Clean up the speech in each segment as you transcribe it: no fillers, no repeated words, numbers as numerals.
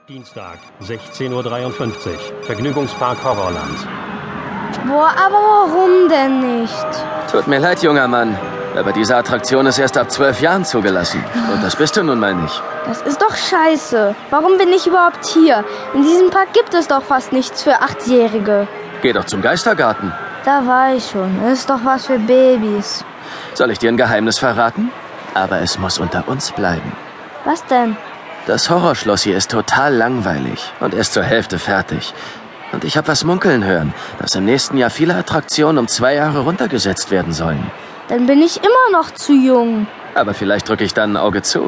Dienstag, 16:53 Uhr. Vergnügungspark Horrorland. Boah, aber warum denn nicht? Tut mir leid, junger Mann, aber diese Attraktion ist erst ab 12 Jahren zugelassen. Und das bist du nun mal nicht. Das ist doch scheiße. Warum bin ich überhaupt hier? In diesem Park gibt es doch fast nichts für 8-Jährige. Geh doch zum Geistergarten. Da war ich schon. Das ist doch was für Babys. Soll ich dir ein Geheimnis verraten? Aber es muss unter uns bleiben. Was denn? Das Horrorschloss hier ist total langweilig und erst zur Hälfte fertig. Und ich habe was munkeln hören, dass im nächsten Jahr viele Attraktionen um 2 Jahre runtergesetzt werden sollen. Dann bin ich immer noch zu jung. Aber vielleicht drücke ich dann ein Auge zu.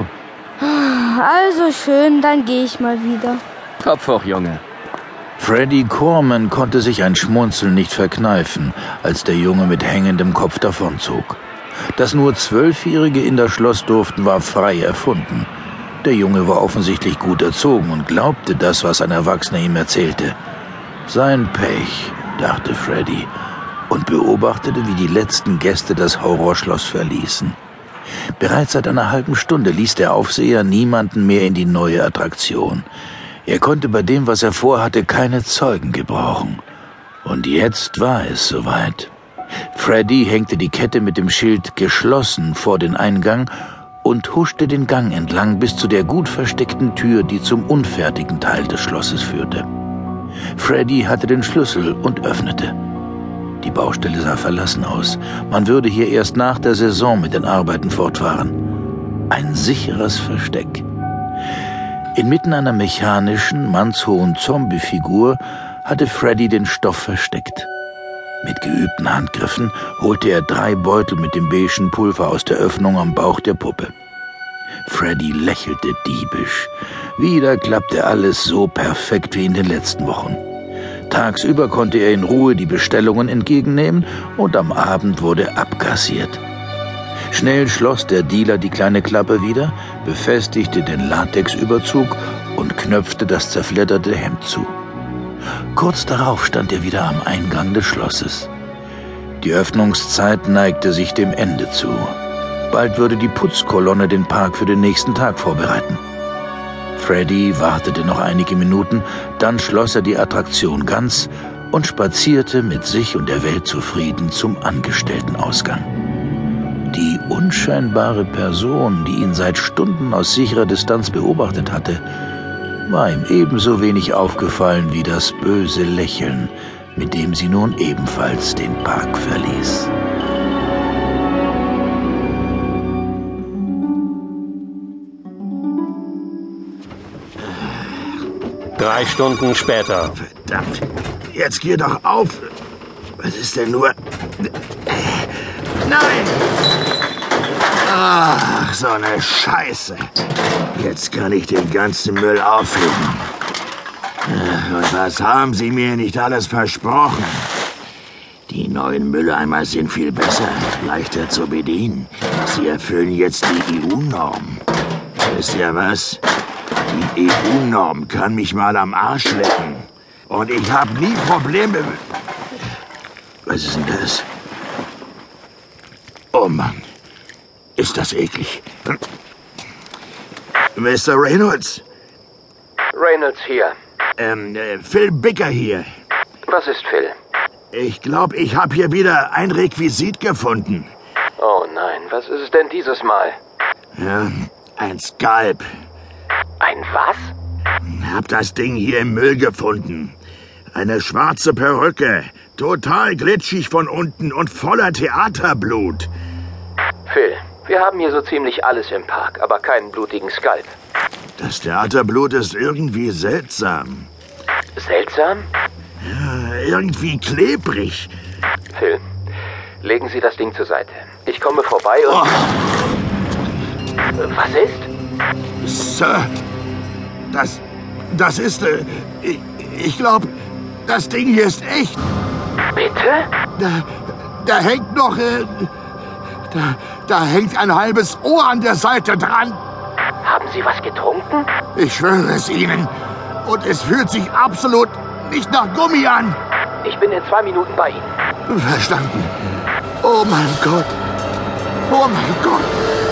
Also schön, dann gehe ich mal wieder. Kopf hoch, Junge. Freddie Corman konnte sich ein Schmunzeln nicht verkneifen, als der Junge mit hängendem Kopf davonzog. Dass nur 12-Jährige in das Schloss durften, war frei erfunden. Der Junge war offensichtlich gut erzogen und glaubte das, was ein Erwachsener ihm erzählte. Sein Pech, dachte Freddie und beobachtete, wie die letzten Gäste das Horrorschloss verließen. Bereits seit einer halben Stunde ließ der Aufseher niemanden mehr in die neue Attraktion. Er konnte bei dem, was er vorhatte, keine Zeugen gebrauchen. Und jetzt war es soweit. Freddie hängte die Kette mit dem Schild »Geschlossen« vor den Eingang und huschte den Gang entlang bis zu der gut versteckten Tür, die zum unfertigen Teil des Schlosses führte. Freddie hatte den Schlüssel und öffnete. Die Baustelle sah verlassen aus. Man würde hier erst nach der Saison mit den Arbeiten fortfahren. Ein sicheres Versteck. Inmitten einer mechanischen, mannshohen Zombie-Figur hatte Freddie den Stoff versteckt. Mit geübten Handgriffen holte er 3 Beutel mit dem beigen Pulver aus der Öffnung am Bauch der Puppe. Freddie lächelte diebisch. Wieder klappte alles so perfekt wie in den letzten Wochen. Tagsüber konnte er in Ruhe die Bestellungen entgegennehmen und am Abend wurde abkassiert. Schnell schloss der Dealer die kleine Klappe wieder, befestigte den Latexüberzug und knöpfte das zerfledderte Hemd zu. Kurz darauf stand er wieder am Eingang des Schlosses. Die Öffnungszeit neigte sich dem Ende zu. Bald würde die Putzkolonne den Park für den nächsten Tag vorbereiten. Freddie wartete noch einige Minuten, dann schloss er die Attraktion ganz und spazierte mit sich und der Welt zufrieden zum Angestelltenausgang. Die unscheinbare Person, die ihn seit Stunden aus sicherer Distanz beobachtet hatte, war ihm ebenso wenig aufgefallen wie das böse Lächeln, mit dem sie nun ebenfalls den Park verließ. Drei Stunden später. Verdammt, jetzt geh doch auf. Was ist denn nur... Nein! Ach, so eine Scheiße. Jetzt kann ich den ganzen Müll aufheben. Und was haben Sie mir nicht alles versprochen? Die neuen Mülleimer sind viel besser, leichter zu bedienen. Sie erfüllen jetzt die EU-Norm. Wisst ihr was? Die EU-Norm kann mich mal am Arsch lecken. Und ich habe nie Probleme mit... Was ist denn das? Oh Mann, ist das eklig. Mr. Reynolds? Reynolds hier. Phil Bicker hier. Was ist Phil? Ich glaube, ich habe hier wieder ein Requisit gefunden. Oh nein, was ist es denn dieses Mal? Ja, ein Skalp. Ein was? Hab das Ding hier im Müll gefunden. Eine schwarze Perücke, total glitschig von unten und voller Theaterblut. Phil, wir haben hier so ziemlich alles im Park, aber keinen blutigen Skalp. Das Theaterblut ist irgendwie seltsam. Seltsam? Ja, irgendwie klebrig. Phil, legen Sie das Ding zur Seite. Ich komme vorbei und... Oh. Was ist? Sir, das ist... Ich glaube, das Ding hier ist echt. Bitte? Da hängt noch... Da hängt ein halbes Ohr an der Seite dran. Haben Sie was getrunken? Ich schwöre es Ihnen. Und es fühlt sich absolut nicht nach Gummi an. Ich bin in 2 Minuten bei Ihnen. Verstanden. Oh mein Gott. Oh mein Gott.